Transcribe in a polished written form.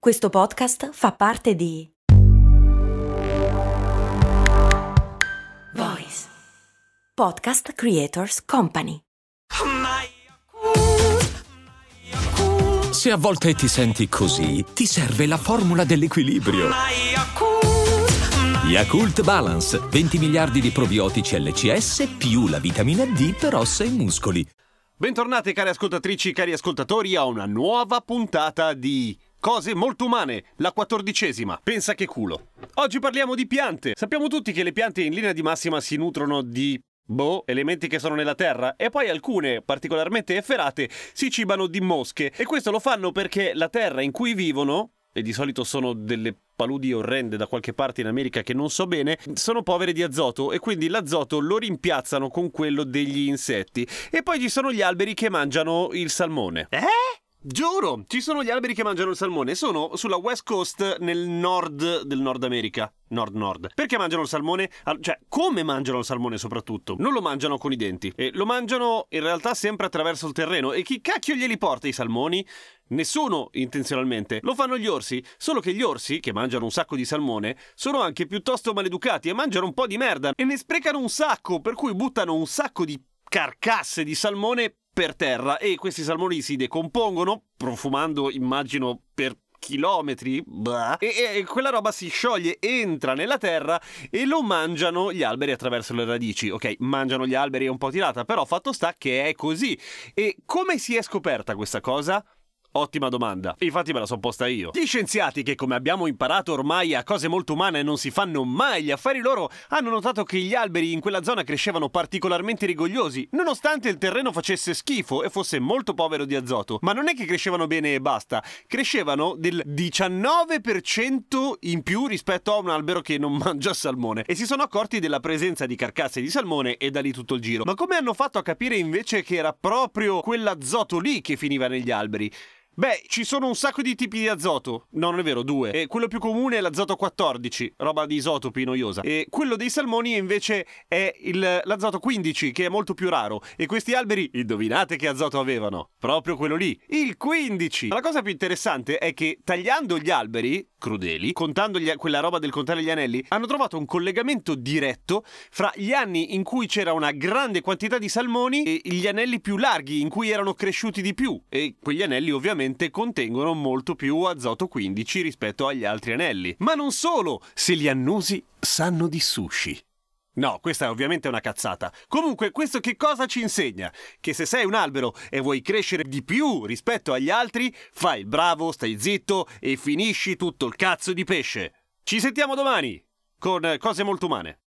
Questo podcast fa parte di Voice Podcast Creators Company. Se a volte ti senti così, ti serve la formula dell'equilibrio. Yakult Balance, 20 miliardi di probiotici LCS più la vitamina D per ossa e muscoli. Bentornati cari ascoltatrici, cari ascoltatori a una nuova puntata di Cose molto umane, la 14ª. Pensa che culo. Oggi parliamo di piante. Sappiamo tutti che le piante in linea di massima si nutrono di elementi che sono nella terra, e poi alcune, particolarmente efferate, si cibano di mosche, e questo lo fanno perché la terra in cui vivono, e di solito sono delle paludi orrende da qualche parte in America che non so bene, sono povere di azoto, e quindi l'azoto lo rimpiazzano con quello degli insetti. E poi ci sono gli alberi che mangiano il salmone. Giuro, ci sono gli alberi che mangiano il salmone. Sono sulla West Coast, nel nord del Nord America. Nord-nord. Perché mangiano il salmone? Cioè, come mangiano il salmone soprattutto? Non lo mangiano con i denti. E lo mangiano in realtà sempre attraverso il terreno. E chi cacchio glieli porta i salmoni? Nessuno, intenzionalmente. Lo fanno gli orsi. Solo che gli orsi, che mangiano un sacco di salmone, sono anche piuttosto maleducati e mangiano un po' di merda. E ne sprecano un sacco, per cui buttano un sacco di carcasse di salmone per terra, e questi salmoni si decompongono, profumando, immagino, per chilometri, e quella roba si scioglie, entra nella terra e lo mangiano gli alberi attraverso le radici. Ok, mangiano gli alberi è un po' tirata, però fatto sta che è così. E come si è scoperta questa cosa? Ottima domanda. Infatti me la sono posta io. Gli scienziati, che come abbiamo imparato ormai a Cose molto umane non si fanno mai gli affari loro, hanno notato che gli alberi in quella zona crescevano particolarmente rigogliosi, nonostante il terreno facesse schifo e fosse molto povero di azoto. Ma non è che crescevano bene e basta, crescevano del 19% in più rispetto a un albero che non mangia salmone, e si sono accorti della presenza di carcasse di salmone, e da lì tutto il giro. Ma come hanno fatto a capire invece che era proprio quell'azoto lì che finiva negli alberi? Beh, ci sono un sacco di tipi di azoto. No, non è vero, 2. E quello più comune è l'azoto 14, roba di isotopi noiosa. E quello dei salmoni invece è l'azoto 15, che è molto più raro. E questi alberi, indovinate che azoto avevano? Proprio quello lì, il 15. Ma la cosa più interessante è che tagliando gli alberi crudeli, contando quella roba del contare gli anelli, hanno trovato un collegamento diretto fra gli anni in cui c'era una grande quantità di salmoni e gli anelli più larghi in cui erano cresciuti di più. E quegli anelli ovviamente contengono molto più azoto 15 rispetto agli altri anelli. Ma non solo, se li annusi sanno di sushi. No, questa è ovviamente una cazzata. Comunque, questo che cosa ci insegna? Che se sei un albero e vuoi crescere di più rispetto agli altri, fai il bravo, stai zitto e finisci tutto il cazzo di pesce. Ci sentiamo domani con Cose molto umane.